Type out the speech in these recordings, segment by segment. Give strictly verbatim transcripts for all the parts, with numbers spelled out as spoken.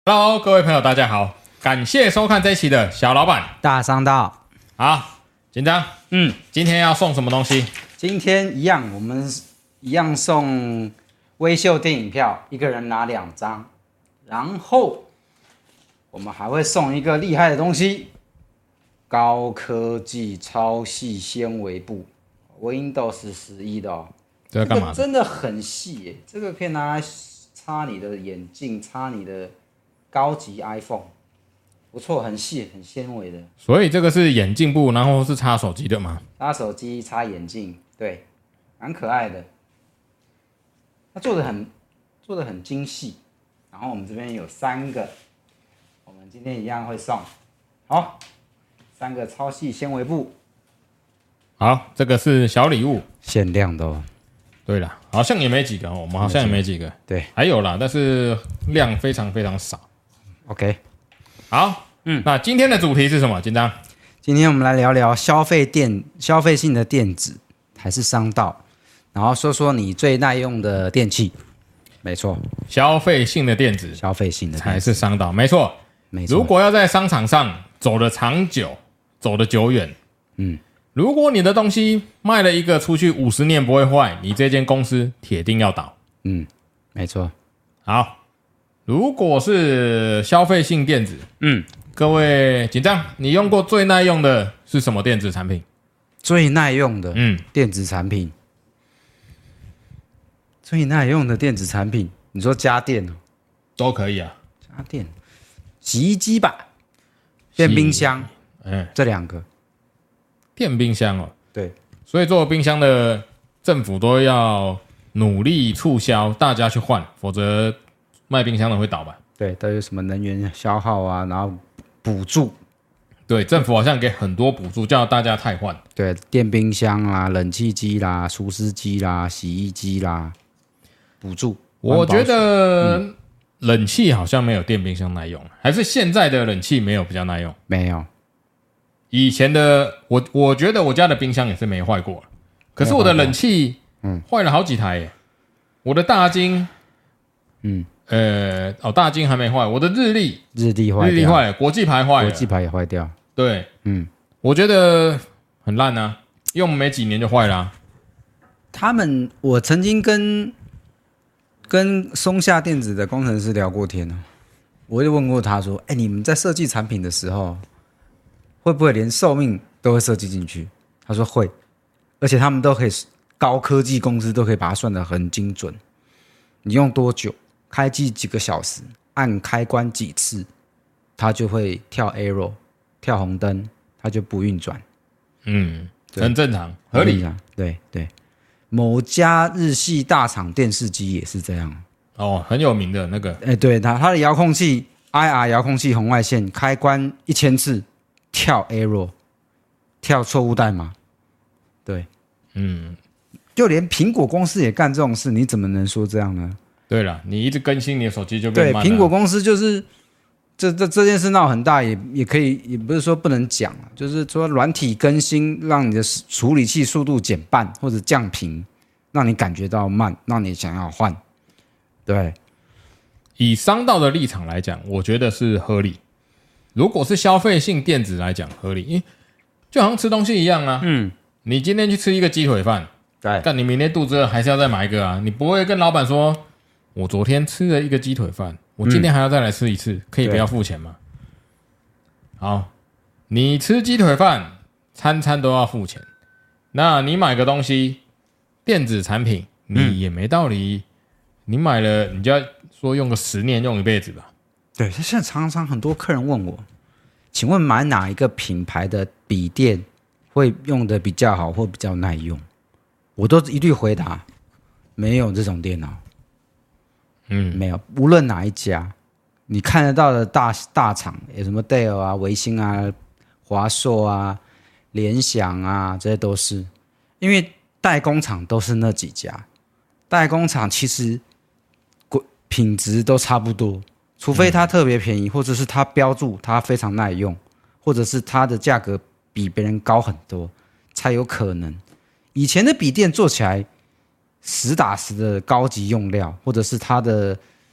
Hello， 各位朋友，大家好，感谢收看这一期的小老板大商道。 好，紧张， 嗯， 今天要送什么东西？ 今天一样，我们一样送微秀电影票，一个人拿两张，然后我们还会送一个厉害的东西——高科技超细纤维布 ，Windows 十一的哦。 这个干嘛的？ 这个真的很细耶，这个可以拿来插你的眼镜，插你的高级 iPhone， 不错，很细，很纤维的。 所以这个是眼镜布，然后是插手机的吗？ 插手机，插眼镜，对，蛮可爱的。它做的很，做的很精细。然后我们这边有三个，我们今天一样会送。好，三个超细纤维布。 好，这个是小礼物， 限量的哦。 对了，好像也没几个，我们好像也没几个。 对， 还有啦，但是量非常非常少。 OK， 好，嗯，那今天的主题是什么？紧张。 今天我们来聊聊消费电、消费性的电子还是商道，然后说说你最耐用的电器。没错， 消费性的电子消费性的才是商道，没错。 没错。 如果要在商场上走得长久，走得久远，嗯，如果你的东西卖了一个出去五十年不会坏，你这间公司铁定要倒。 嗯，没错。 好，如果是消费性电子， 嗯， 各位紧张，你用过最耐用的是什么电子产品？ 最耐用的嗯， 电子产品，最耐用的电子产品，你说家电哦， 都可以啊。 家电，洗衣机吧，电冰箱， 嗯， 这两个。 电冰箱哦， 对， 所以做冰箱的政府都要努力促销，大家去换，否则卖冰箱的会倒吧？ 对，都有什么能源消耗啊，然后补助。 对，政府好像给很多补助，叫大家汰换。 对，电冰箱啦、冷气机啦、除湿机啦、洗衣机啦，补助。 我觉得冷气好像没有电冰箱耐用，还是现在的冷气没有比较耐用？ 没有， 以前的我，我觉得我家的冰箱也是没坏过，可是我的冷气，嗯，坏了好几台耶。我的大金，嗯，呃，哦，大金还没坏，我的日历， 日历坏掉， 日历坏了，国际牌坏了， 国际牌也坏掉。 对， 嗯， 我觉得很烂啊，用没几年就坏了啊。 他们，我曾经跟跟松下电子的工程师聊过天哦，我就问过他说：“哎，你们在设计产品的时候，会不会连寿命都会设计进去？”他说会，而且他们都可以，高科技公司都可以把它算得很精准。你用多久，开机几个小时，按开关几次，它就会跳 error， 跳红灯，它就不运转。 嗯，很正常，合理。 对对，某家日系大厂电视机也是这样。 哦，很有名的那个。 哎，对，它它的遥控器 I R 遥控器红外线开关一千次，跳 error， 跳错误代码。对， 嗯， 就连苹果公司也干这种事，你怎么能说这样呢？ 对了，你一直更新你的手机就变慢了。 对，苹果公司就是这这这件事闹很大，也也可以，也不是说不能讲，就是说软体更新让你的处理器速度减半或者降频，让你感觉到慢，让你想要换。对， 以商道的立场来讲，我觉得是合理。如果是消费性电子来讲，合理，因为就好像吃东西一样啊。嗯，你今天去吃一个鸡腿饭， 对， 但你明天肚子饿还是要再买一个啊。你不会跟老板说，我昨天吃了一个鸡腿饭，我今天还要再来吃一次，嗯、可以不要付钱吗？好，你吃鸡腿饭，餐餐都要付钱。那你买个东西，电子产品，你也没道理。嗯你买了，你就要说用个十年，用一辈子吧。 对，现在常常很多客人问我，请问买哪一个品牌的笔电会用的比较好或比较耐用？我都一律回答，没有这种电脑。嗯，没有，无论哪一家，你看得到的大大厂，有什么 Dell 啊、微星啊、华硕啊、联想啊，这些都是，因为代工厂都是那几家，代工厂其实品质都差不多，除非它特别便宜，或者是它标注它非常耐用，或者是它的价格比别人高很多，才有可能。以前的笔电做起来实打实的高级用料，或者是它的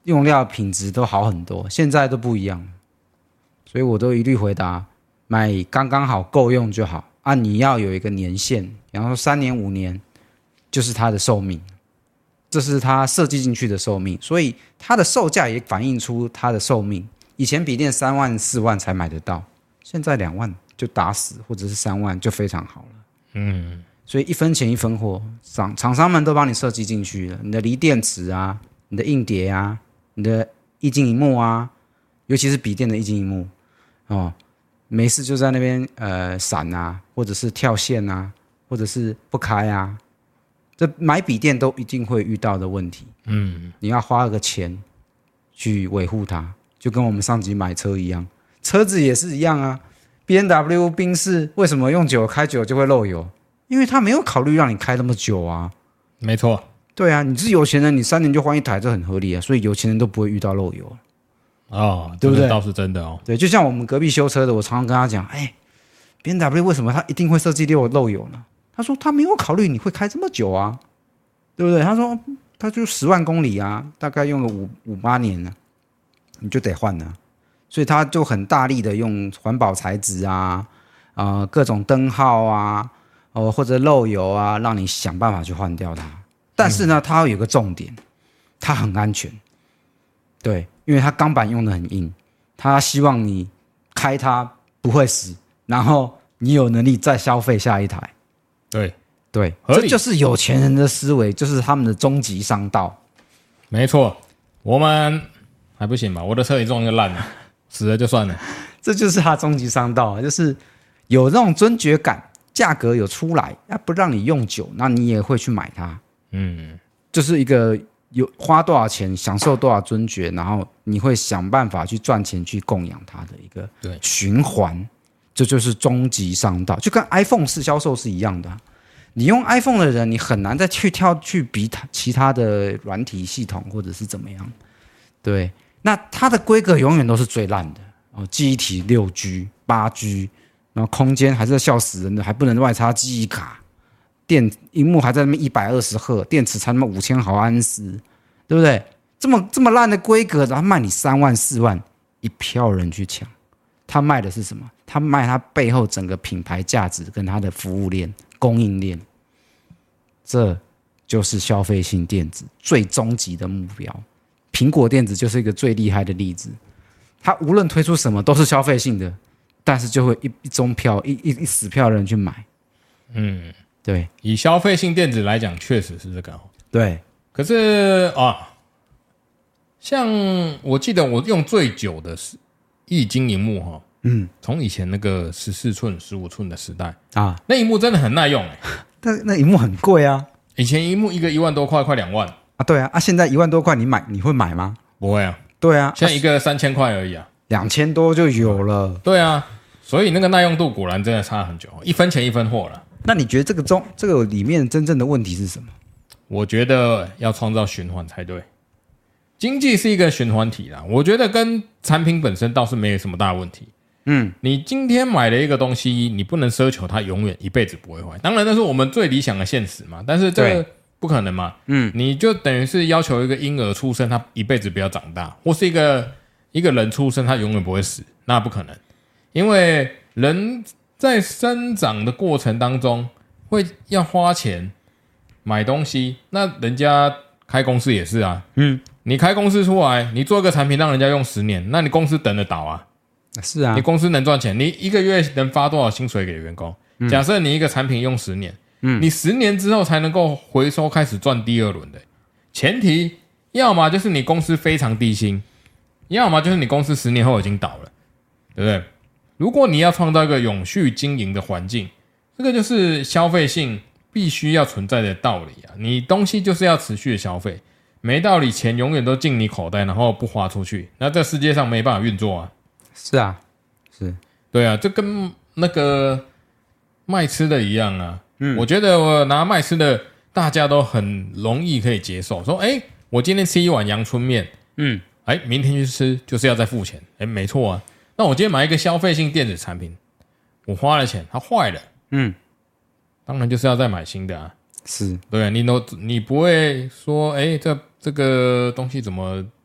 用料品质都好很多，现在都不一样，所以我都一律回答买刚刚好够用就好啊。你要有一个年限，比方说三年五年，就是它的寿命，这是它设计进去的寿命，所以它的售价也反映出它的寿命。以前笔电三万四万才买得到，现在两万就打死，或者是三万就非常好了。 嗯， 所以一分钱一分货，厂厂商们都帮你设计进去了，你的锂电池啊，你的硬碟啊，你的液晶萤幕啊，尤其是笔电的液晶萤幕哦，没事就在那边呃闪啊，或者是跳线啊，或者是不开啊，这买笔电都一定会遇到的问题。 嗯， 你要花个钱去维护它，就跟我们上集买车一样，车子也是一样啊。B M W 宾士为什么用久开久就会漏油？因为他没有考虑让你开那么久啊。 没错。 对啊，你是有钱人，你三年就换一台，这很合理啊。所以有钱人都不会遇到漏油。 哦， 对不对？ 这倒是真的哦。 对，就像我们隔壁修车的，我常常跟他讲，哎 ，B M W 为什么他一定会设计漏漏油呢？他说他没有考虑你会开这么久啊，对不对？他说他就十万公里啊，大概用了五五八年了，你就得换了。所以他就很大力的用环保材质啊，呃，各种灯号啊，哦、呃、或者漏油啊，让你想办法去换掉它。但是呢，它有个重点，它很安全。对，因为它钢板用的很硬，它希望你开它不会死，然后你有能力再消费下一台。 对对，这就是有钱人的思维，就是他们的终极商道。 没错，我们还不行吧？我的车一撞就烂了。死了就算了， 这就是他终极商道，就是有那种尊爵感，价格有出来，要不让你用久，那你也会去买它。嗯，就是一个有花多少钱，享受多少尊爵，然后你会想办法去赚钱去供养它的一个循环，这就是终极商道，就跟 iPhone 是销售是一样的、啊。你用 iPhone 的人，你很难再去挑去比它其他的软体系统或者是怎么样，对。那它的规格永远都是最烂的哦，记忆体六 G、八 G， 然后空间还是笑死人的，还不能外插记忆卡，电萤幕还在那边一百二十赫，电池才那么五千毫安时，对不对？这么这么烂的规格，然后卖你三万四万，一票人去抢，他卖的是什么？他卖他背后整个品牌价值跟他的服务链、供应链，这就是消费性电子最终极的目标。苹果电子就是一个最厉害的例子，它无论推出什么都是消费性的，但是就会一一中票一一一死票的人去买。嗯，对， 以消费性电子来讲，确实是这个。 对， 可是啊，像我记得我用最久的是液晶萤幕哈，嗯，从以前那个十四寸、十五寸的时代啊，那萤幕真的很耐用哎、欸， 但那萤幕很贵啊， 以前萤幕一个一万多块，快两万。 啊，对啊，啊，现在一万多块，你买你会买吗？ 不会啊。 对啊， 现在一个三千块而已啊， 两千多就有了。 对啊，所以那个耐用度果然真的差很久，一分钱一分货了。 那你觉得这个中这个里面真正的问题是什么？ 我觉得要创造循环才对。经济是一个循环体啦，我觉得跟产品本身倒是没有什么大问题。嗯，你今天买了一个东西，你不能奢求它永远一辈子不会坏。当然，那是我们最理想的现实嘛，但是这个不可能嘛。嗯，你就等于是要求一个婴儿出生，他一辈子不要长大，或是一个一个人出生，他永远不会死，那不可能。因为人在生长的过程当中，会要花钱买东西，那人家开公司也是啊。嗯，你开公司出来，你做一个产品让人家用十年，那你公司等得倒啊？ 是啊， 你公司能赚钱，你一个月能发多少薪水给员工？嗯、假设你一个产品用十年。嗯，你十年之后才能够回收，开始赚第二轮的前提，要么就是你公司非常低薪，要么就是你公司十年后已经倒了，对不对？如果你要创造一个永续经营的环境，这个就是消费性必须要存在的道理啊！你东西就是要持续的消费，没道理钱永远都进你口袋，然后不花出去，那这世界上没办法运作啊！ 是啊，是， 对啊，这跟那个卖吃的一样啊。嗯，我觉得我拿卖吃的，大家都很容易可以接受。说，哎，我今天吃一碗阳春面，嗯，哎，明天去吃就是要再付钱，哎，没错啊。那我今天买一个消费性电子产品，我花了钱，它坏了，嗯，当然就是要再买新的啊。 是， 对啊，你都你不会说，哎，这这个东西怎么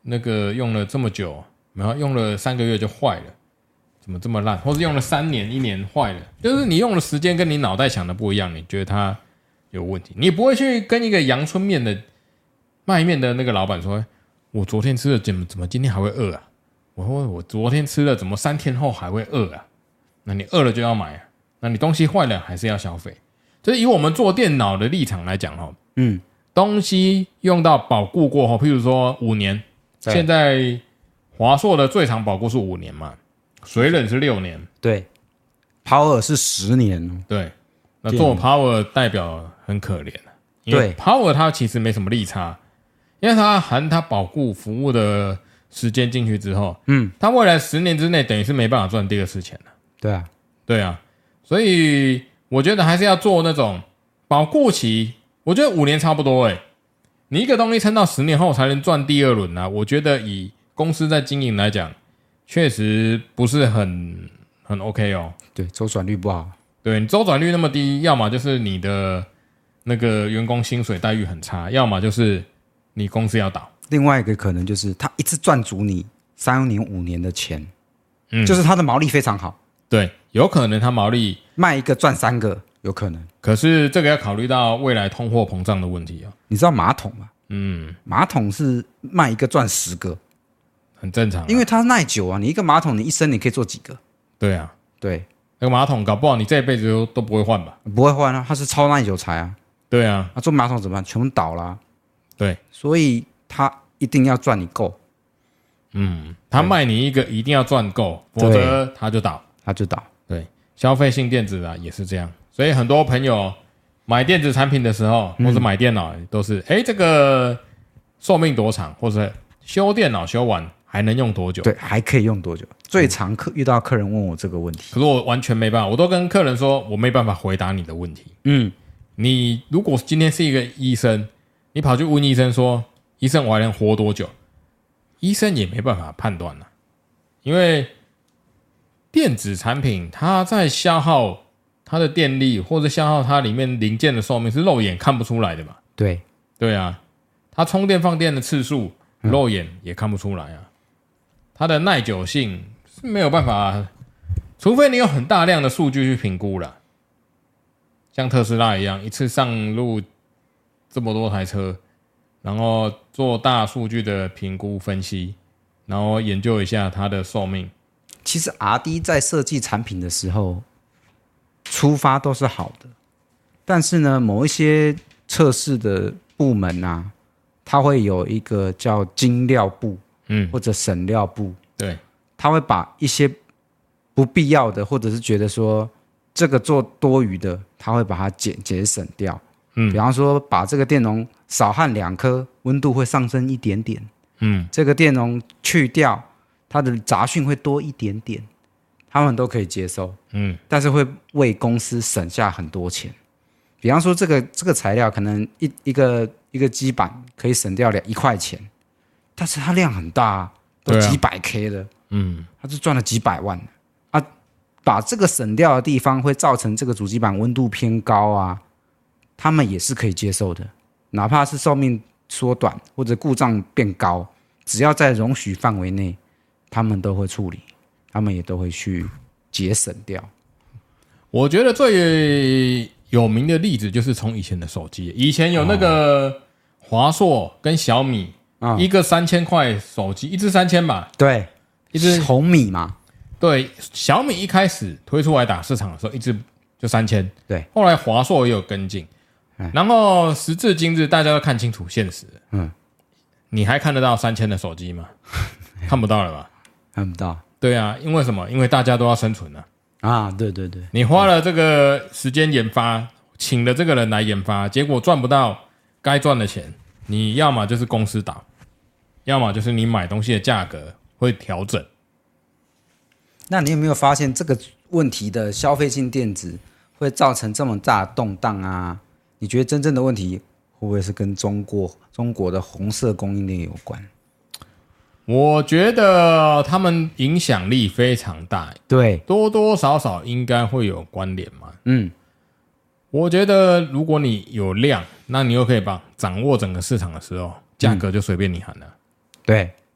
那个用了这么久，然后用了三个月就坏了，怎么这么烂？或是用了三年、一年坏了，就是你用的时间跟你脑袋想的不一样，你觉得它有问题，你不会去跟一个阳春面的卖面的那个老板说，我昨天吃了怎么怎么今天还会饿啊？我说我昨天吃了怎么三天后还会饿啊？那你饿了就要买啊，那你东西坏了还是要消费。就是以我们做电脑的立场来讲哦， 嗯， 东西用到保固过后，譬如说五年，现在华硕的最长保固是五年嘛，水冷是六年， 对 ，Power 是十年， 对，那做 Power 代表很可怜，因为 Power 它其实没什么利差，因为它含它保固服务的时间进去之后，嗯，它未来十年之内等于是没办法赚第二次钱了。 对啊， 对啊，所以我觉得还是要做那种保固期，我觉得五年差不多诶。你一个东西撑到十年后才能赚第二轮啊，我觉得以公司在经营来讲，确实不是很很 OK 哦。 对，周转率不好。 对，你周转率那么低，要么就是你的那个员工薪水待遇很差，要么就是你公司要倒。 另外一个可能就是他一次赚足你三年五年的钱，嗯，就是他的毛利非常好。 对，有可能他毛利卖一个赚三个，有可能。 可是这个要考虑到未来通货膨胀的问题啊。 你知道马桶吗？ 嗯， 马桶是卖一个赚十个， 很正常、啊， 因为它耐久啊。你一个马桶，你一生你可以做几个？ 对啊， 对， 那个马桶搞不好你这一辈子都都不会换吧？ 不会换啊，它是超耐久材啊。 对啊， 那、啊、做马桶怎么办？全部倒啦、啊。 对， 所以它一定要赚你够。 嗯，他卖你一个一定要赚够，否则他就倒， 他就倒。 对，消费性电子啊也是这样，所以很多朋友买电子产品的时候，或者买电脑都是，哎、嗯，这个寿命多长，或者修电脑修完还能用多久？ 对，还可以用多久？最常客遇到客人问我这个问题， 可是我完全没办法，我都跟客人说，我没办法回答你的问题。嗯，你如果今天是一个医生，你跑去问医生说，医生我还能活多久？医生也没办法判断啊，因为电子产品它在消耗它的电力，或者消耗它里面零件的寿命是肉眼看不出来的嘛？ 对， 对啊，它充电放电的次数，肉眼也看不出来啊。它的耐久性是没有办法、啊，除非你有很大量的数据去评估啦，像特斯拉一样，一次上路这么多台车。然后做大数据的评估分析，然后研究一下它的寿命。 其实 R D 在设计产品的时候，出发都是好的，但是呢，某一些测试的部门啊，它会有一个叫精料部，嗯，或者省料部， 对， 它会把一些不必要的，或者是觉得说这个做多余的，它会把它节节省掉。嗯，比方说把这个电容少焊两颗，温度会上升一点点。嗯，这个电容去掉，它的杂讯会多一点点，他们都可以接受。嗯，但是会为公司省下很多钱。比方说这个这个材料可能一一个一个基板可以省掉两一块钱，但是它量很大、啊，都几百 K 的。嗯，它就赚了几百万啊！把这个省掉的地方会造成这个主机板温度偏高啊。他们也是可以接受的，哪怕是寿命缩短或者故障变高，只要在容许范围内，他们都会处理，他们也都会去节省掉。 我觉得最有名的例子就是从以前的手机，以前有那个华硕跟小米，哦、一个三千块手机，一支三千吧， 对， 一支红米嘛， 对，小米一开始推出来打市场的时候，一支就三千， 对， 后来华硕也有跟进。然后时至今日，大家都看清楚现实。嗯，你还看得到三千的手机吗？看不到了吧？ 看不到。 对啊，因为什么？因为大家都要生存啊。 啊，对对对。 你花了这个时间研发，请了这个人来研发，结果赚不到该赚的钱，你要么就是公司倒，要么就是你买东西的价格会调整。 那你有没有发现这个问题的消费性电子会造成这么大的动荡啊？你觉得真正的问题会不会是跟中国中国的红色供应链有关？ 我觉得他们影响力非常大， 对， 多多少少应该会有关联嘛。 嗯， 我觉得如果你有量，那你又可以把掌握整个市场的时候，价格就随便你喊了。 对，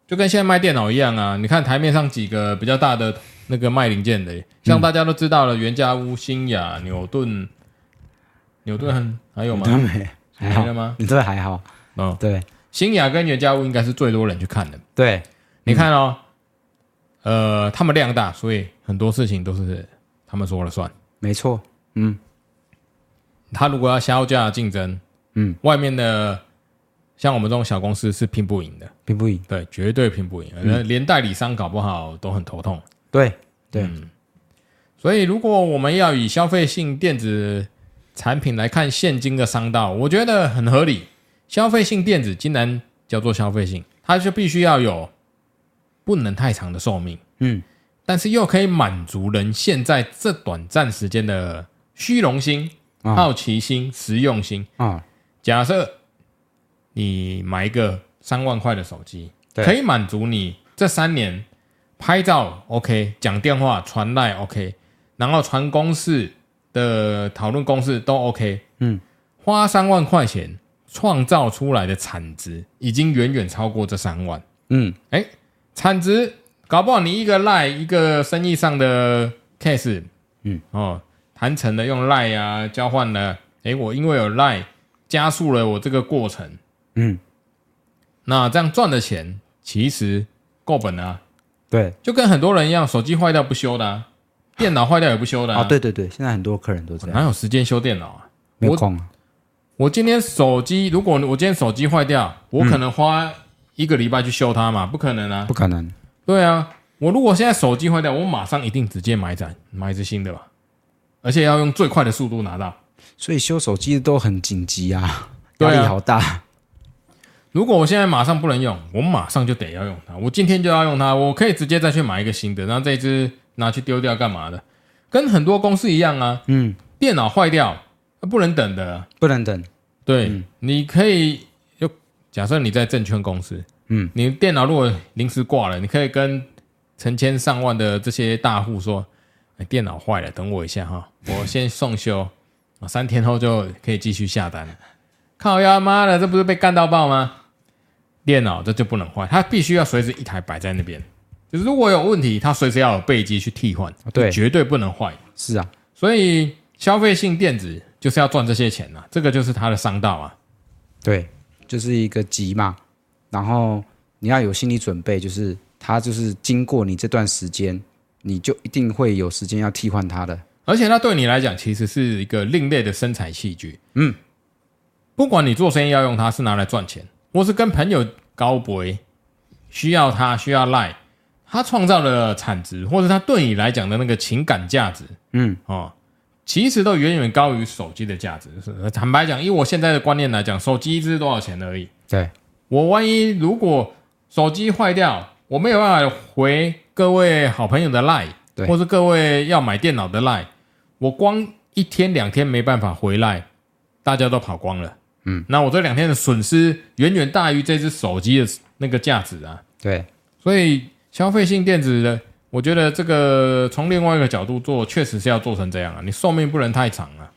就跟现在卖电脑一样啊。你看台面上几个比较大的那个卖零件的，像大家都知道了，原家屋、新雅、牛顿、牛顿还有吗？ 没没了吗？ 你这还好。 哦， 对， 新雅跟原家屋应该是最多人去看的。 对， 你看哦，嗯、呃，他们量大，所以很多事情都是他们说了算。 没错。嗯， 他如果要销价竞争， 嗯， 外面的像我们这种小公司是拼不赢的， 拼不赢。 对，绝对拼不赢，嗯、连代理商搞不好都很头痛。 对对、 嗯，所以如果我们要以消费性电子产品来看现今的商道，我觉得很合理。消费性电子竟然叫做消费性，它就必须要有不能太长的寿命， 嗯， 但是又可以满足人现在这短暂时间的虚荣心、 啊、 好奇心、实用心啊。 假设你买一个三万块的手机， 对， 可以满足你这三年拍照 OK， 讲电话、传赖 OK， 然后传公事的讨论公事都 OK。 嗯， 花三万块钱创造出来的产值已经远远超过这三万。 嗯， 哎，产值搞不好你一个赖一个生意上的 case， 嗯哦，谈成了用赖啊交换了，哎，我因为有赖加速了我这个过程。 嗯， 那这样赚的钱其实够本啊。 对， 就跟很多人一样，手机坏掉不修的啊，电脑坏掉也不修的啊。 哦，对对对，现在很多客人都这样。 哪有时间修电脑啊？ 没有空啊。 我, 我今天手机，如果我今天手机坏掉，我可能花一个礼拜去修它嘛？不可能啊， 不可能。 对啊，我如果现在手机坏掉，我马上一定直接买一台买一只新的吧，而且要用最快的速度拿到。 所以修手机都很紧急啊， 对啊， 压力好大。 如果我现在马上不能用，我马上就得要用它，我今天就要用它，我可以直接再去买一个新的，然后这一只拿去丢掉干嘛的？跟很多公司一样啊， 嗯， 电脑坏掉不能等的， 不能等。 对， 嗯、 你可以就假设你在证券公司， 嗯， 你电脑如果临时挂了，你可以跟成千上万的这些大户说，哎，电脑坏了，等我一下哈，我先送修，三天后就可以继续下单了。靠呀妈的，这不是被干到爆吗？电脑这就不能坏，它必须要随时一台摆在那边，就是如果有问题，它随时要有备机去替换， 对， 绝对不能坏。 是啊， 所以消费性电子就是要赚这些钱啊，这个就是它的商道啊。 对，就是一个急嘛，然后你要有心理准备，就是它就是经过你这段时间，你就一定会有时间要替换它的。 而且它对你来讲其实是一个另类的生产器具。 嗯， 不管你做生意要用它是拿来赚钱，或是跟朋友高博需要它需要赖，它创造的产值，或是它对你来讲的那个情感价值， 嗯哦，其实都远远高于手机的价值。坦白讲，以我现在的观念来讲，手机一支多少钱而已。 对， 我万一如果手机坏掉，我没有办法回各位好朋友的 line， 或是各位要买电脑的 line， 我光一天两天没办法回来，大家都跑光了。嗯，那我这两天的损失远远大于这只手机的那个价值啊。 对， 所以消费性电子的，我觉得这个从另外一个角度做，确实是要做成这样啊，你寿命不能太长啊。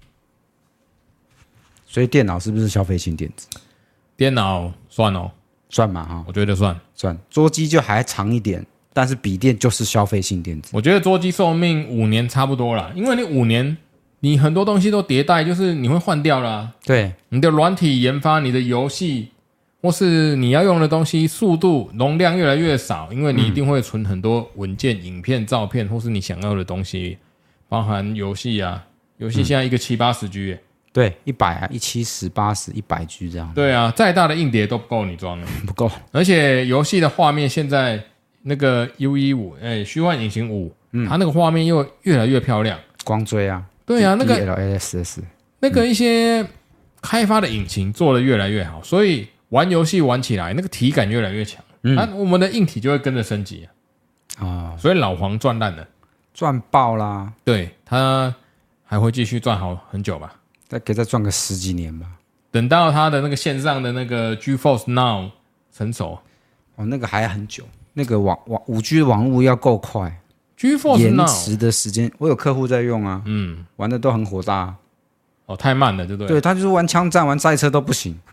所以电脑是不是消费性电子？ 电脑算哦， 算嘛哈， 我觉得算算。桌机就还长一点，但是笔电就是消费性电子。 我觉得桌机寿命五年差不多啦，因为你五年。你很多东西都迭代，就是你会换掉啦、啊。 对， 你的软体研发、你的游戏，或是你要用的东西，速度、容量越来越少，因为你一定会存很多文件、影片、照片，或是你想要的东西，包含游戏啊。游戏现在一个七八十 G， 对，一百啊，一七十、八十、一百 G 这样。 对啊，再大的硬碟都不够你装了， 不够。 而且游戏的画面现在那个 U 十五，哎，虚幻引擎五，嗯，它那个画面又越来越漂亮， 光追啊。 对啊，那个 D L S S 那个一些开发的引擎做得越来越好，所以玩游戏玩起来那个体感越来越强，嗯，那、啊、我们的硬体就会跟着升级啊，哦、所以老黄赚烂了， 赚爆啦， 对他还会继续赚好很久吧， 再可以再赚个十几年吧， 等到他的那个线上的那个 GeForce Now 成熟， 哦，那个还很久，那个网网五 G 的网络要够快。延迟的时间，我有客户在用啊，嗯，玩的都很火大、啊， 哦，太慢了，对不对？ 对，他就是玩枪战、玩赛车都不行，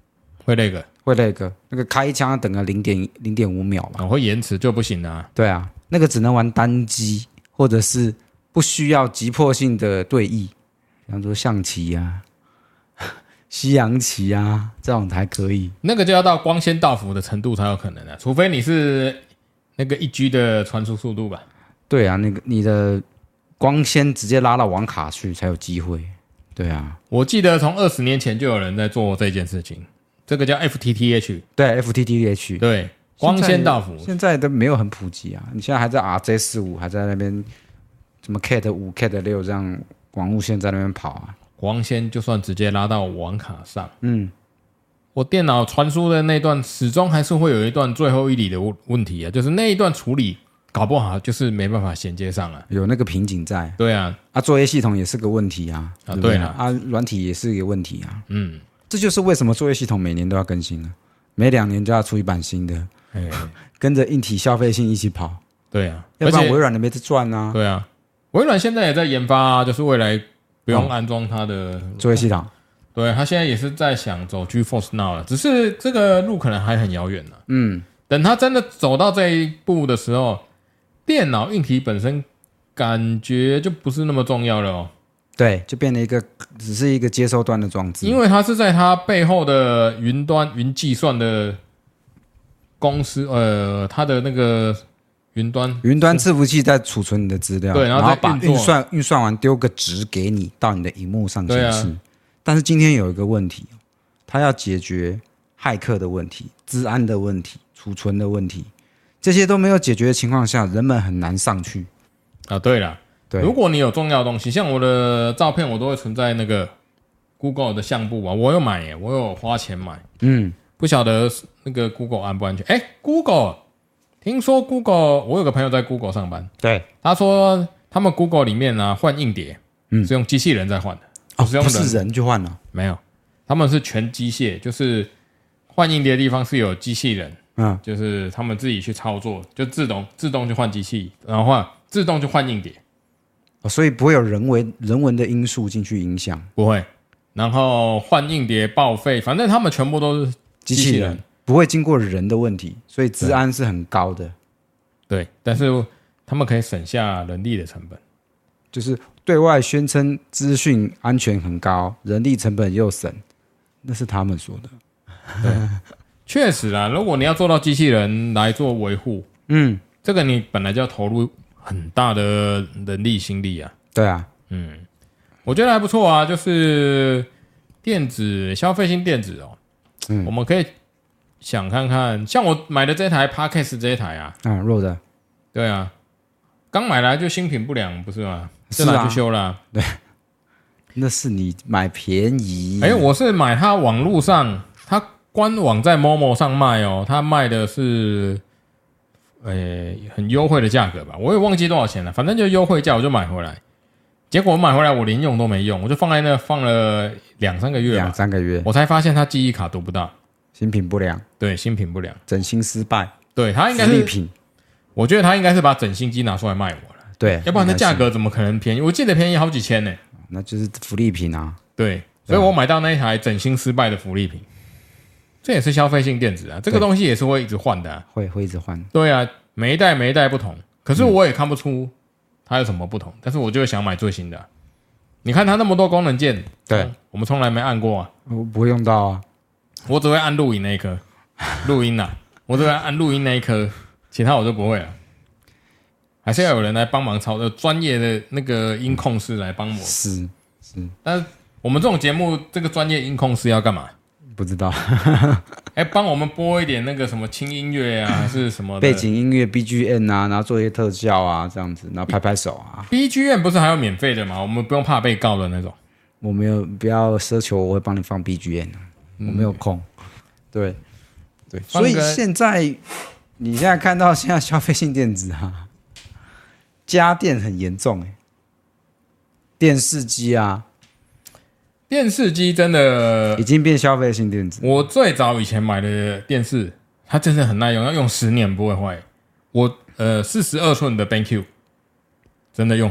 会那个会那个那个开一枪要等个零点零点五秒吧？ 哦，会延迟就不行啊。 对啊，那个只能玩单机，或者是不需要急迫性的对弈，比方说象棋啊、西洋棋啊这种才可以。 那个就要到光纤到符的程度才有可能啊，除非你是那个一 G 的传输速度吧。 对啊，那个你的光纤直接拉到网卡去才有机会。对啊， 我记得从二十年前就有人在做这件事情，这个叫 F T T H。 对 F T T H， 对，光纤到符。 现在都没有很普及啊，你现在还在 R J 四十五，还在那边什么 Cat 五、Cat 六这样网路线在那边跑啊。 光纤就算直接拉到网卡上， 嗯， 我电脑传输的那段始终还是会有一段最后一里的问题啊，就是那一段处理搞不好就是没办法衔接上啊， 有那个瓶颈在。 对啊， 啊，作业系统也是个问题啊。 啊，对了， 啊，软体也是一个问题啊。 嗯， 这就是为什么作业系统每年都要更新啊，每两年就要出一版新的，跟着硬体消费性一起跑。 对啊， 要不然微软的没得赚啊。 对啊，微软现在也在研发啊，就是未来不用安装它的作业系统。 对，他现在也是在想走 GeForce Now 了，只是这个路可能还很遥远呢。 嗯， 等他真的走到这一步的时候，电脑硬体本身感觉就不是那么重要了哦。 对，就变成一个只是一个接收端的装置， 因为它是在它背后的云端云计算的公司，呃，它的那个云端云端伺服器在储存你的资料， 对，然后把后再运作运算运算完丢个值给你到你的荧幕上显示。 对啊， 但是今天有一个问题，它要解决骇客的问题、资安的问题、储存的问题，这些都没有解决的情况下，人们很难上去啊。对了， 对， 如果你有重要的东西，像我的照片，我都会存在那个 Google 的相簿啊，我有买耶，我有花钱买， 嗯， 不晓得那个 Google 安不安全？哎 ，Google， 听说 Google， 我有个朋友在 Google 上班， 对， 他说他们 Google 里面呢换硬碟，嗯，是用机器人在换的， 哦， 不是用人， 不是人就换了， 没有，他们是全机械，就是换硬碟的地方是有机器人， 嗯， 就是他们自己去操作，就自动自动就换机器，然后换自动就换硬碟。 哦，所以不会有人为人文的因素进去影响， 不会。然后换硬碟报废，反正他们全部都是机器人，不会经过人的问题，所以资安是很高的。 对，但是他们可以省下人力的成本， 就是对外宣称资讯安全很高，人力成本又省，那是他们说的。 对，确实啦，如果你要做到机器人来做维护， 嗯， 这个你本来就要投入很大的人力心力啊。 对啊， 嗯，我觉得还不错啊，就是电子消费性电子哦，嗯，我们可以想看看，像我买的这台 Podcast 这一台啊， 啊 ，Rode， 对啊，刚买来就新品不良，不是吗？ 是啊就拿去修了、啊。 对，那是你买便宜。 哎、欸，我是买它网络上，它官网在 Momo 上卖哦，它卖的是，呃、欸，很优惠的价格吧，我也忘记多少钱了，反正就优惠价，我就买回来。结果我买回来，我连用都没用，我就放在那放了两三个月吧， 两三个月， 我才发现它记忆卡读不到， 新品不良， 对，新品不良， 整新失败， 对，它应该是福利品， 我觉得它应该是把整新机拿出来卖我了， 对， 要不然它价格怎么可能便宜？我记得便宜好几千呢、欸， 那就是福利品啊， 对，所以我买到那一台整新失败的福利品，这也是消费性电子啊，这个东西也是会一直换的、啊， 会会一直换， 对啊，每一代每一代不同，可是我也看不出它有什么不同，但是我就想买最新的、啊。你看它那么多功能键， 对、 嗯，我们从来没按过啊， 我不会用到啊， 我只会按录影那一颗，录音啊，我只会按录音那一颗，其他我都不会了。还是要有人来帮忙操作，专业的那个音控师来帮我。 是是， 但是我们这种节目，这个专业音控师要干嘛？ 不知道。 哎，帮我们播一点那个什么轻音乐啊，还是什么的背景音乐 B G M 啊，然后做一些特效啊，这样子，然后拍拍手啊。 B G M 不是还有免费的吗？我们不用怕被告的那种。 我没有，不要奢求我会帮你放 B G M，、嗯、我没有空。对对，所以现在你现在看到现在消费性电子啊，家电很严重哎、欸，电视机啊。 电视机真的已经变消费性电子。 我最早以前买的电视，它真的很耐用，要用十年不会坏。我呃四十二寸的 BenQ 真的用很久。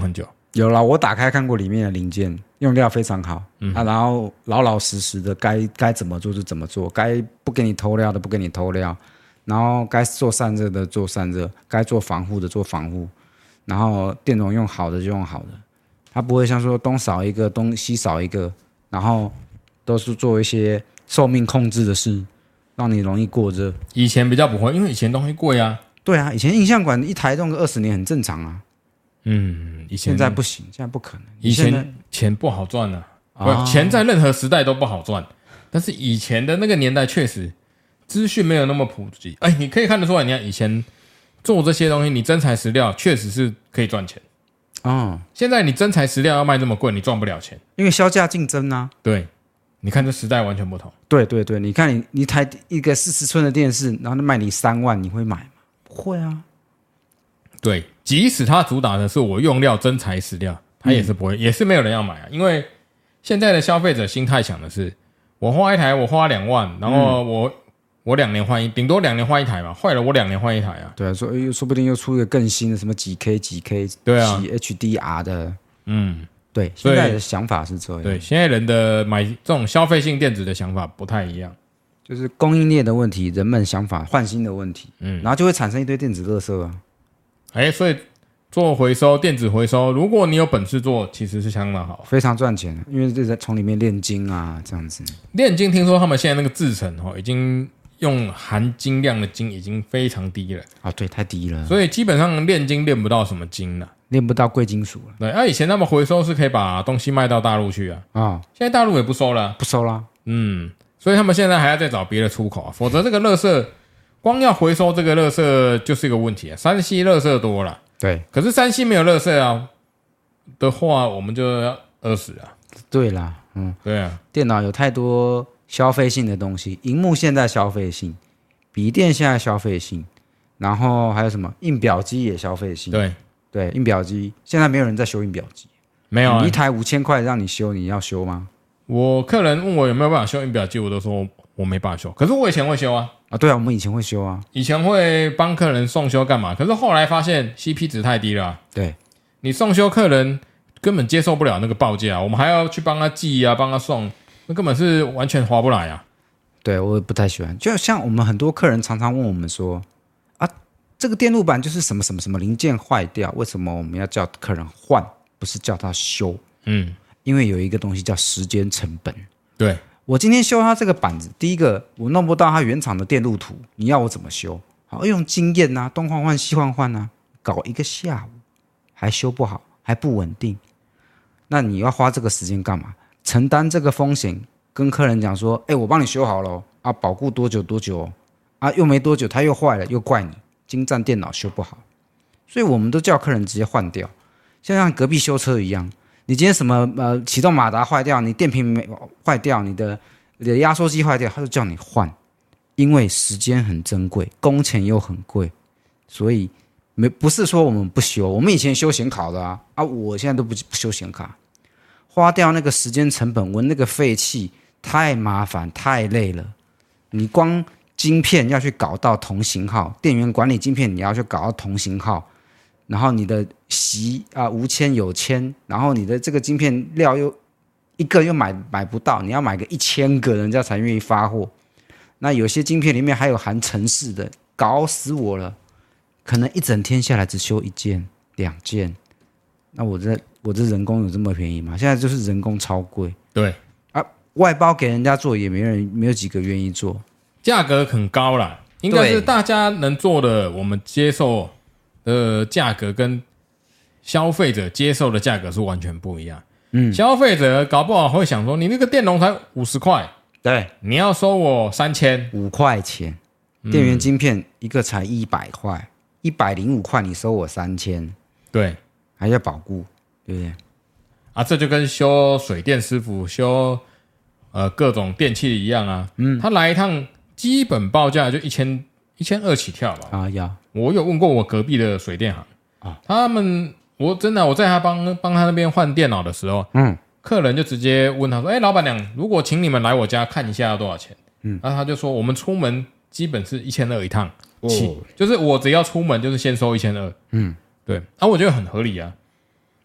有啦，我打开看过里面的零件，用料非常好，嗯啊，然后老老实实的该该怎么做就怎么做，该不给你偷料的不给你偷料，然后该做散热的做散热，该做防护的做防护，然后电容用好的就用好的，它不会像说东少一个东西少一个，然后都是做一些寿命控制的事，让你容易过热。 以前比较不会，因为以前东西贵啊。 对啊，以前印象馆一台用个二十年很正常啊。 嗯，以前现在不行，现在不可能。 以前钱不好赚啊，哦、钱在任何时代都不好赚，但是以前的那个年代确实资讯没有那么普及。哎，你可以看得出来，你看以前做这些东西，你真材实料确实是可以赚钱。哦，现在你真材实料要卖这么贵，你赚不了钱， 因为销价竞争啊。 对，你看这时代完全不同。 对对对，你看你你台一个四十寸的电视，然后卖你三万，你会买吗？不会啊。 对，即使它主打的是我用料真材实料，它也是不会，嗯、也是没有人要买啊。因为现在的消费者心态想的是，我花一台我花两万，然后我、嗯、我两年换一，顶多两年换一台嘛，坏了我两年换一台啊。 对啊，说说说不定又出一个更新的什么几 K 几 K， 对啊， 几 H D R 的， 嗯， 对，现在的想法是这样。 对，现在人的买这种消费性电子的想法不太一样， 就是供应链的问题，人们想法换新的问题，嗯，然后就会产生一堆电子垃圾啊。 哎，所以做回收电子回收，如果你有本事做，其实是相当好， 非常赚钱，因为这在从里面炼金啊，这样子。 炼金听说他们现在那个制程哦，已经用含金量的金已经非常低了啊，对，太低了， 所以基本上炼金炼不到什么金了， 炼不到贵金属了。 对，啊，以前他们回收是可以把东西卖到大陆去啊，啊、哦，现在大陆也不收了， 不收了， 嗯，所以他们现在还要再找别的出口啊，否则这个垃圾光要回收这个垃圾就是一个问题啊，山西垃圾多了。 对， 可是山西没有垃圾啊的话，我们就要饿死啊。 对啦，嗯， 对啊， 电脑有太多消费性的东西，萤幕现在消费性，笔电现在消费性，然后还有什么印表机也消费性。 对对，印表机现在没有人在修印表机， 没有、啊， 你一台五千块让你修，你要修吗？ 我客人问我有没有办法修印表机，我都说我没办法修。可是我以前会修啊。 啊，对啊，我们以前会修啊， 以前会帮客人送修干嘛？可是后来发现 C P 值太低了、啊。 对， 你送修客人根本接受不了那个报价，我们还要去帮他寄啊，帮他送，那根本是完全划不来啊。 对，我也不太喜欢。就像我们很多客人常常问我们说，啊，这个电路板就是什么什么什么零件坏掉，为什么我们要叫客人换，不是叫他修？嗯，因为有一个东西叫时间成本。 对。 我今天修它这个板子，第一个我弄不到它原厂的电路图，你要我怎么修？好，用经验啊，东换换西换换啊，搞一个下午还修不好，还不稳定，那你要花这个时间干嘛？承担这个风险，跟客人讲说，哎，我帮你修好了啊，保固多久多久啊，又没多久它又坏了，又怪你精湛电脑修不好，所以我们都叫客人直接换掉，像隔壁修车一样。你今天什么呃启动马达坏掉，你电瓶没坏掉，你的你的压缩机坏掉，他就叫你换，因为时间很珍贵，工钱又很贵，所以没不是说我们不修，我们以前修显卡的啊啊，我现在都不不修显卡，花掉那个时间成本，闻那个废气太麻烦太累了，你光晶片要去搞到同型号，电源管理晶片你要去搞到同型号。然后你的锡啊无铅有铅，然后你的这个晶片料又一个又买买不到，你要买个一千个人家才愿意发货。那有些晶片里面还有含程式的，搞死我了。可能一整天下来只修一件两件，那我这我这人工有这么便宜吗？现在就是人工超贵。 对啊，外包给人家做也没人没有几个愿意做， 价格很高啦，应该是大家能做的，我们接受。呃，价格跟消费者接受的价格是完全不一样。嗯，消费者搞不好会想说，你那个电容才五十块， 对， 你要收我三千五块钱，电源晶片一个才一百块，一百零五块，你收我三千， 对， 还要保固，对不对？ 啊，这就跟修水电师傅修呃各种电器一样啊。嗯，他来一趟基本报价就一千一千二起跳吧。 啊，要。 我有问过我隔壁的水电行啊，他们我真的我在他帮帮他那边换电脑的时候，嗯，客人就直接问他说：“哎、欸，老板娘，如果请你们来我家看一下要多少钱？”嗯，然后他就说：“我们出门基本是一千二一趟起，哦、就是我只要出门就是先收一千二。”嗯，对，啊，我觉得很合理啊，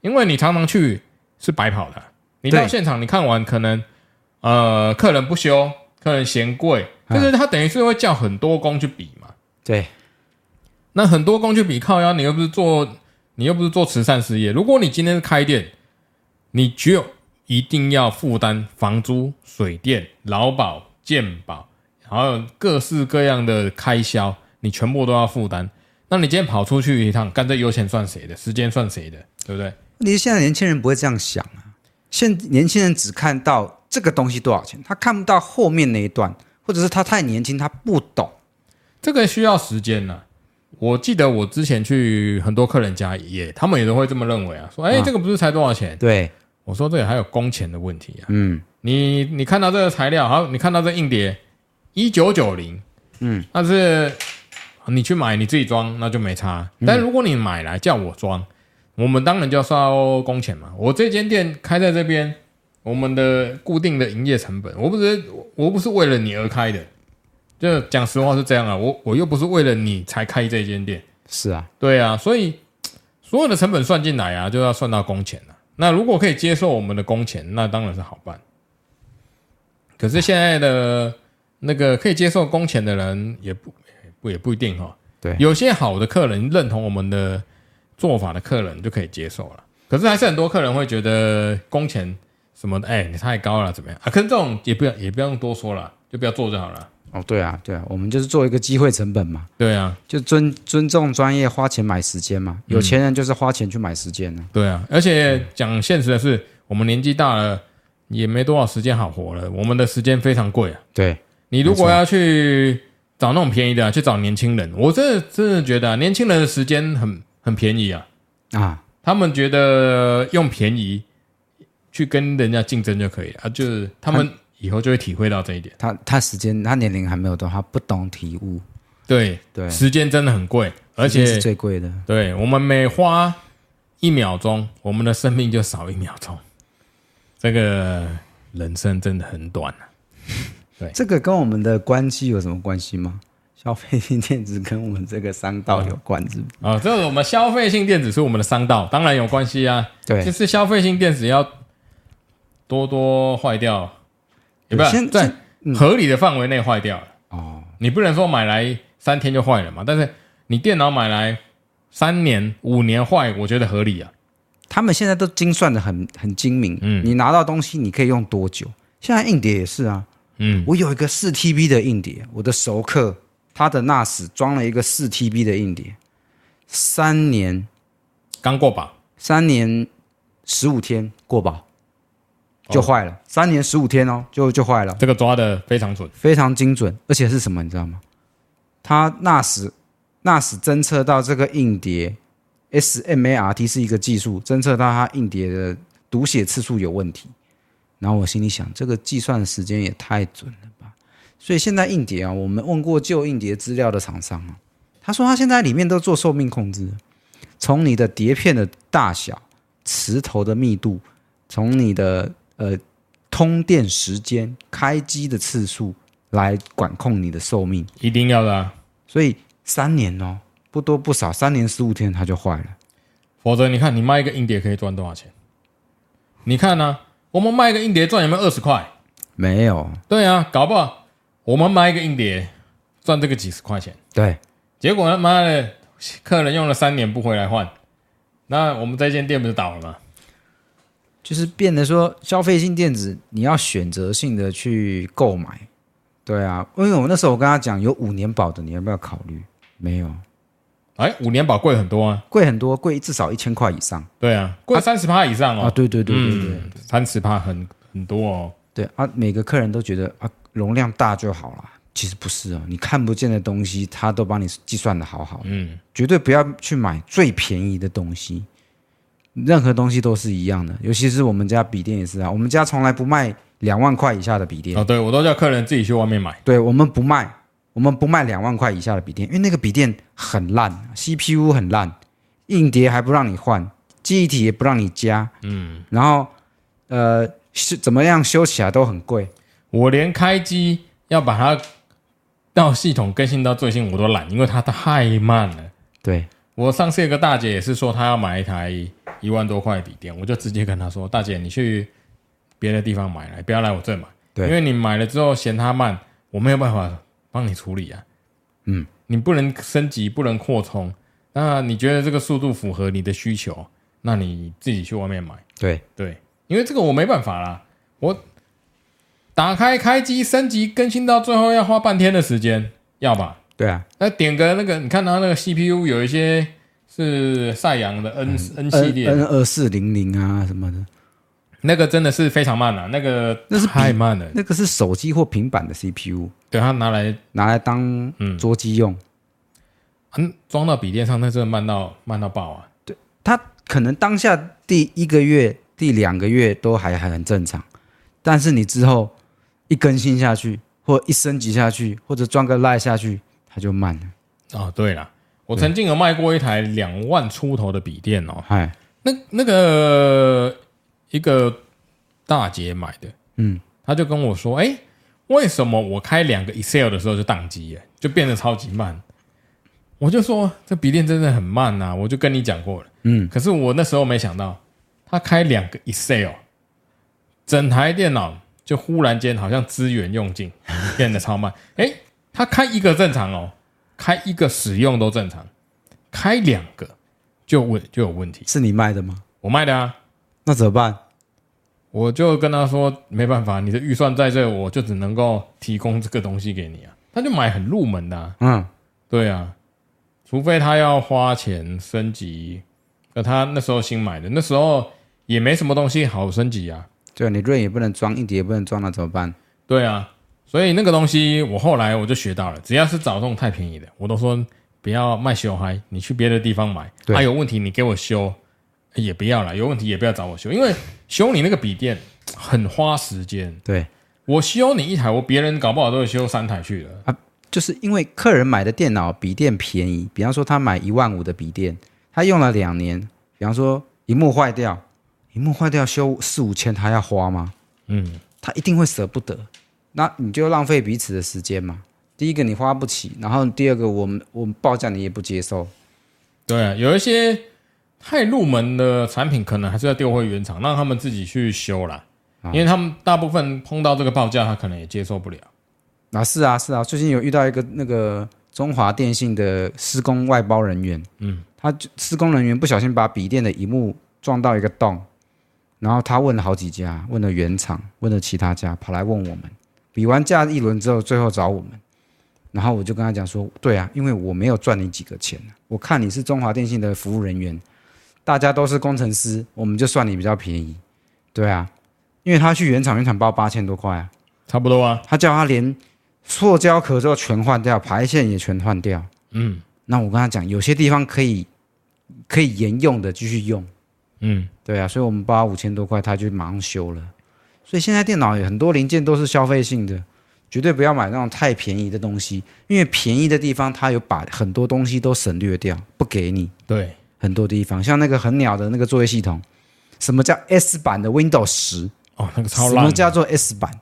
因为你常常去是白跑的，你到现场你看完可能呃客人不修，客人嫌贵，但是他等于是会叫很多工去比嘛。 对， 那很多工去比靠腰，你又不是做你又不是做慈善事业，如果你今天是开店，你就一定要负担房租、水电、劳保、健保，还有各式各样的开销，你全部都要负担。那你今天跑出去一趟，干这油钱算谁的？时间算谁的？对不对？ 问题是现在年轻人不会这样想啊，现年轻人只看到这个东西多少钱，他看不到后面那一段，或者是他太年轻，他不懂。 这个需要时间啊。我记得我之前去很多客人家也，他们也都会这么认为啊，说，哎、欸，这个不是才多少钱？ 对， 我说这个还有工钱的问题啊。 嗯， 你你看到这个材料，好，你看到这硬碟一九九零，嗯，但是你去买你自己装那就没差。但如果你买来叫我装，我们当然就要收工钱嘛。我这间店开在这边，我们的固定的营业成本，我不是我不是为了你而开的。就讲实话是这样啊，我我又不是为了你才开这间店， 是啊， 对啊，所以所有的成本算进来啊，就要算到工钱啊。那如果可以接受我们的工钱，那当然是好办。可是现在的那个可以接受工钱的人也不不也不一定哈。 对， 有些好的客人认同我们的做法的客人就可以接受了。可是还是很多客人会觉得工钱什么的，哎、欸，你太高了怎么样啊？可是这种也不要也不用多说了，就不要做就好了。 哦，对啊，对啊，我们就是做一个机会成本嘛。 对啊， 就尊尊重专业，花钱买时间嘛。有钱人就是花钱去买时间呢、啊。 对啊，而且讲现实的是，我们年纪大了，也没多少时间好活了。我们的时间非常贵啊。 对， 你如果要去找那种便宜的、啊，去找年轻人，我真的真的觉得、啊、年轻人的时间很很便宜啊。啊，他们觉得用便宜去跟人家竞争就可以了啊，就是他们。以后就会体会到这一点。 他他时间他年龄还没有到，他不懂体悟。 对对，时间真的很贵，而且是最贵的。 对，我们每花一秒钟，我们的生命就少一秒钟。这个人生真的很短啊。对， 这个跟我们的关系有什么关系吗？消费性电子跟我们这个商道有关是不是？ 啊、哦，这个我们消费性电子是我们的商道，当然有关系啊。 对， 就是消费性电子要多多坏掉。也不是在合理的范围内坏掉了、嗯、哦，你不能说买来三天就坏了嘛，但是你电脑买来三年五年坏，我觉得合理啊。 他们现在都精算的很很精明，嗯，你拿到东西你可以用多久？现在硬碟也是啊，嗯，我有一个四 T B 的硬碟，我的熟客他的 N A S 装了一个四 T B 的硬碟，三年刚过保， 三年十五天过保。就坏了，三年十五天哦，就就坏了。 这个抓的非常准， 非常精准，而且是什么？你知道吗？它 N A S N A S 侦测到这个硬碟 S M A R T 是一个技术，侦测到它硬碟的读写次数有问题。然后我心里想，这个计算的时间也太准了吧！所以现在硬碟啊，我们问过旧硬碟资料的厂商啊，他说他现在里面都做寿命控制，从你的碟片的大小、磁头的密度，从你的呃，通电时间、开机的次数来管控你的寿命， 一定要的啊。 所以三年哦，不多不少，三年十五天它就坏了。 否则你看，你卖一个硬碟可以赚多少钱？你看呢、啊？我们卖一个硬碟赚有没有二十块？ 没有。 对啊，搞不好我们卖一个硬碟赚这个几十块钱。 对， 结果他妈的客人用了三年不回来换，那我们这间店不是倒了吗？ 就是变得说消费性电子你要选择性的去购买，对啊，因为我那时候我跟他讲有五年保的，你要不要考虑？没有， 哎，五年保贵很多啊， 贵很多，贵至少一千块以上。 对啊，贵三十趴以上哦。 啊，对对对对对， 三十趴很很多哦。 对啊，每个客人都觉得啊容量大就好了，其实不是哦，你看不见的东西，他都帮你计算的好好的，嗯，绝对不要去买最便宜的东西。任何东西都是一样的，尤其是我们家笔电也是啊，我们家从来不卖两万块以下的笔电。 哦，对，我都叫客人自己去外面买。 对，我们不卖，我们不卖两万块以下的笔电，因为那个笔电很烂 ，C P U 很烂，硬碟还不让你换，记忆体也不让你加，嗯，然后呃，怎么样修起来都很贵。 我连开机要把它到系统更新到最新我都懒，因为它太慢了。 对。 我上次有个大姐也是说她要买一台一万多块的笔电，我就直接跟他说：“大姐，你去别的地方买来，不要来我这买。对，因为你买了之后嫌它慢，我没有办法帮你处理啊。嗯，你不能升级，不能扩充。那你觉得这个速度符合你的需求，那你自己去外面买。 对对，因为这个我没办法啦，我打开开机升级更新到最后要花半天的时间，要吧？ 对啊， 那点个那个，你看它那个 C P U 有一些是赛扬的 N、嗯、N 系列 N 二四零零啊什么的。” 那个真的是非常慢啊，那个那是太慢了。 那个是手机或平板的 C P U， 对，它拿来拿来当桌机用， 嗯，装到笔电上，那真的慢到慢到爆啊。 对，它可能当下第一个月、第两个月都还还很正常，但是你之后一更新下去，或一升级下去，或者装个 Line 下去，它就慢了。 哦，对了，我曾经有卖过一台两万出头的笔电哦， 嗨， 那那个。一个大姐买的，嗯，她就跟我说：“哎、欸，为什么我开两个 Excel 的时候就宕机了，就变得超级慢？”我就说：“这笔电真的很慢呐、啊！”我就跟你讲过了，嗯，可是我那时候没想到，他开两个 Excel， 整台电脑就忽然间好像资源用尽，变得超慢。哎、欸，他开一个正常哦，开一个使用都正常，开两个就问就有问题。 是你卖的吗？ 我卖的啊。 那怎么办？ 我就跟他说没办法，你的预算在这，我就只能够提供这个东西给你啊。他就买很入门的、啊，嗯，对啊，除非他要花钱升级，那他那时候新买的，那时候也没什么东西好升级啊。 对啊，你润也不能装，硬碟也不能装，那怎么办？ 对啊，所以那个东西我后来我就学到了，只要是找这种太便宜的，我都说不要卖修嗨，你去别的地方买，还、啊、有问题你给我修。也不要啦，有问题也不要找我修，因为修你那个笔电很花时间。 对， 我修你一台，我别人搞不好都会修三台去了啊。就是因为客人买的电脑笔电便宜，比方说他买一万五的笔电，他用了两年，比方说萤幕坏掉，萤幕坏掉修四五千，他要花吗？嗯，他一定会舍不得。那你就浪费彼此的时间嘛。第一个你花不起，然后第二个我们我们报价你也不接受。 对啊，有一些。太入门的产品可能还是要丢回原厂，让他们自己去修啦，啊、因为他们大部分碰到这个报价，他可能也接受不了。 啊，是啊，是啊，最近有遇到一个那个中华电信的施工外包人员，嗯，他施工人员不小心把笔电的萤幕撞到一个洞，然后他问了好几家，问了原厂，问了其他家，跑来问我们，比完价一轮之后，最后找我们，然后我就跟他讲说，对啊，因为我没有赚你几个钱，我看你是中华电信的服务人员。大家都是工程师，我们就算你比较便宜，对啊，因为他去原厂，原厂包八千多块啊， 差不多啊。 他叫他连塑胶壳之后全换掉，排线也全换掉。嗯，那我跟他讲，有些地方可以可以沿用的继续用。嗯，对啊，所以我们包他五千多块，他就马上修了。所以现在电脑有很多零件都是消费性的，绝对不要买那种太便宜的东西，因为便宜的地方它有把很多东西都省略掉，不给你。 对。 很多地方，像那个很鸟的那个作业系统，什么叫 S 版的 Windows 十？ 哦，那个超烂。 什么叫做 S 版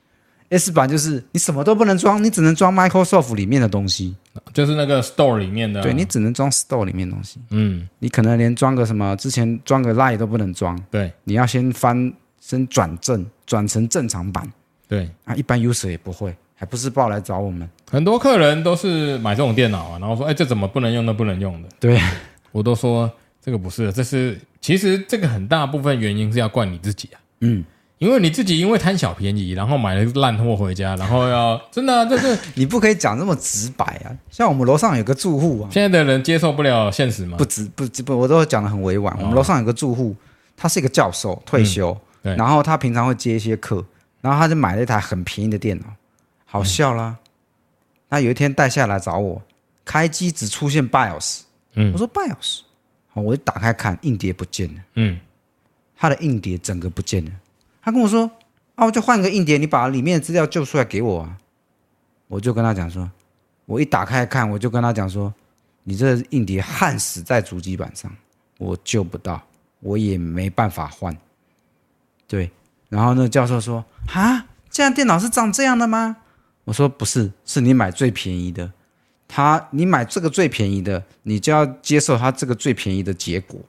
？S 版就是你什么都不能装，你只能装 Microsoft 里面的东西， 就是那个 Store 里面的、啊。 对，你只能装 Store 里面的东西。嗯，你可能连装个什么之前装个 Line 都不能装。 对， 你要先翻，先转正，转成正常版。 对啊，一般 user 也不会，还不是报来找我们。 很多客人都是买这种电脑啊，然后说：“哎，这怎么不能用？那不能用的。” 对。 我都说这个不是，这是其实这个很大部分原因是要怪你自己啊，嗯，因为你自己因为贪小便宜，然后买了烂货回家，然后要真的、啊、这个你不可以讲这么直白啊。像我们楼上有个住户啊， 现在的人接受不了现实吗？ 不直不不，我都讲得很委婉。哦、我们楼上有个住户，他是一个教授，退休，嗯、然后他平常会接一些课，然后他就买了一台很便宜的电脑，好笑啦。嗯、他有一天带下来找我，开机只出现 BIOS。嗯，我说 BIOS， 好，我就打开看，硬碟不见了。嗯，他的硬碟整个不见了。他跟我说：“啊，我就换个硬碟，你把里面的资料救出来给我啊。”我就跟他讲说，我一打开看，我就跟他讲说，你这硬碟焊死在主机板上，我救不到，我也没办法换。对，然后那个教授说：“啊，这样电脑是长这样的吗？”我说：“不是，是你买最便宜的。”他，你买这个最便宜的，你就要接受他这个最便宜的结果，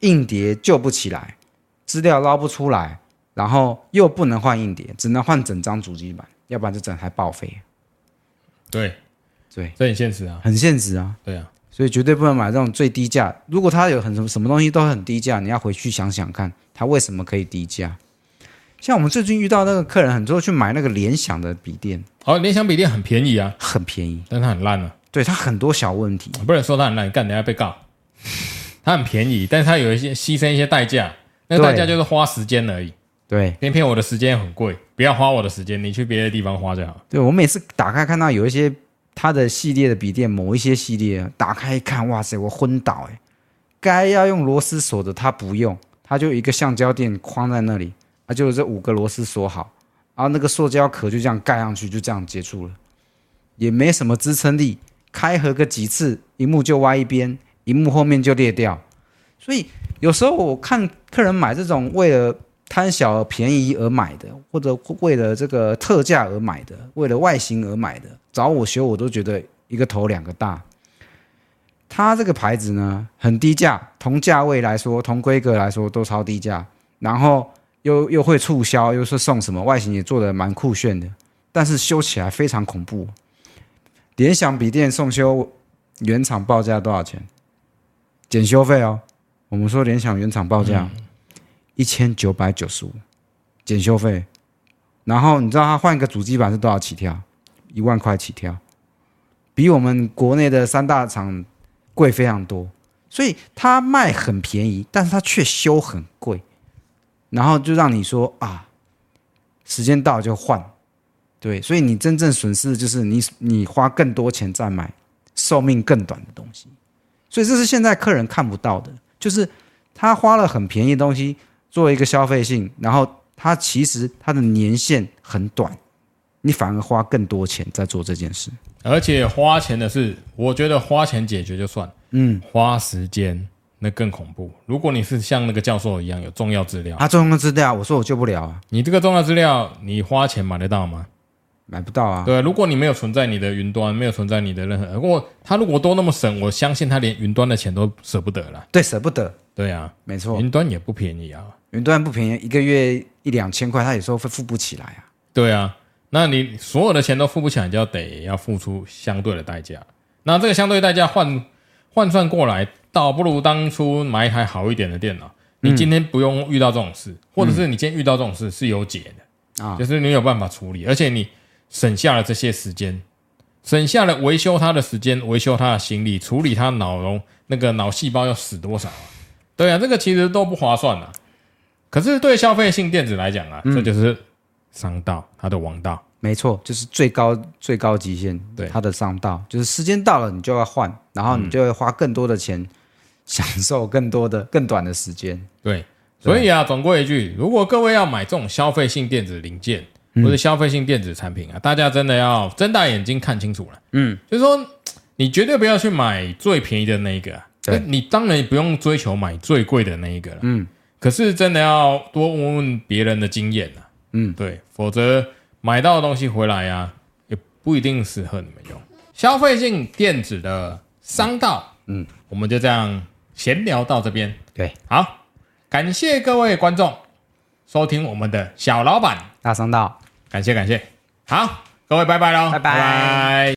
硬碟救不起来，资料捞不出来，然后又不能换硬碟，只能换整张主机板，要不然就整台报废。 对对， 这很现实啊， 很现实啊。 对啊， 所以绝对不能买这种最低价。如果它有很什么什么东西都很低价，你要回去想想看，它为什么可以低价。像我们最近遇到那个客人，很多去买那个联想的笔电， 哦，联想笔电很便宜啊， 很便宜， 但它很烂啊。 对，它很多小问题， 不能说它很烂，干等下被告。它很便宜，但是它有一些牺牲一些代价，那个代价就是花时间而已。 对， 偏偏我的时间很贵，不要花我的时间，你去别的地方花就好。 对，我每次打开看到有一些它的系列的笔电，某一些系列打开一看，哇塞，我昏倒哎！该要用螺丝锁的它不用，它就一个橡胶垫框在那里，啊，就这五个螺丝锁好，然后那个塑胶壳就这样盖上去，就这样接住了，也没什么支撑力，开合个几次，萤幕就歪一边，萤幕后面就裂掉。所以有时候我看客人买这种为了贪小便宜而买的，或者为了这个特价而买的，为了外形而买的，找我修我都觉得一个头两个大。它这个牌子呢很低价，同价位来说，同规格来说都超低价，然后又又会促销，又是送什么，外形也做得蛮酷炫的，但是修起来非常恐怖。联想笔电送修原厂报价多少钱？减修费哦，我们说联想原厂报价一千九百九十五，减修费。然后你知道它换一个主机板是多少起跳？一万块起跳，比我们国内的三大厂贵非常多。所以它卖很便宜，但是它却修很贵，然后就让你说啊，时间到就换。对，所以你真正损失的就是你你花更多钱再买寿命更短的东西。所以这是现在客人看不到的，就是他花了很便宜的东西做一个消费性，然后他其实他的年限很短，你反而花更多钱在做这件事。 而且花钱的是，我觉得花钱解决就算，嗯，花时间那更恐怖。如果你是像那个教授一样有重要资料， 啊，重要资料，我说我救不了啊， 你这个重要资料你花钱买得到吗？ 买不到啊。 对，如果你没有存在你的云端，没有存在你的任何，如果他如果都那么省，我相信他连云端的钱都舍不得了。 对，舍不得。 对啊， 没错， 云端也不便宜啊。 云端不便宜，一个月一两千块，他有时候会付不起来啊。 对啊，那你所有的钱都付不起来，你就要得要付出相对的代价。那这个相对代价换换算过来，倒不如当初买一台好一点的电脑。你今天不用遇到这种事，嗯、或者是你今天遇到这种事是有解的啊，就是你有办法处理，而且你省下了这些时间，省下了维修它的时间，维修它的心力，处理它脑容那个脑细胞要死多少啊？对啊，这个其实都不划算啊。可是对消费性电子来讲啊，嗯、这就是商道，它的王道。 没错，就是最高最高极限，对它的商道，就是时间到了你就要换，然后你就会花更多的钱，嗯、享受更多的更短的时间。 对，所以啊，总归一句，如果各位要买这种消费性电子零件，或者消费性电子产品啊，大家真的要睁大眼睛看清楚了。嗯，就是说，你绝对不要去买最便宜的那一个、啊。对，你当然也不用追求买最贵的那一个了。嗯，可是真的要多问问别人的经验啊。嗯，对，否则买到的东西回来啊，也不一定适合你们用。消费性电子的商道，嗯，我们就这样闲聊到这边。 对， 好，感谢各位观众收听我们的小老板大商道。 感谢感谢，好，各位拜拜喽， 拜拜。 拜拜。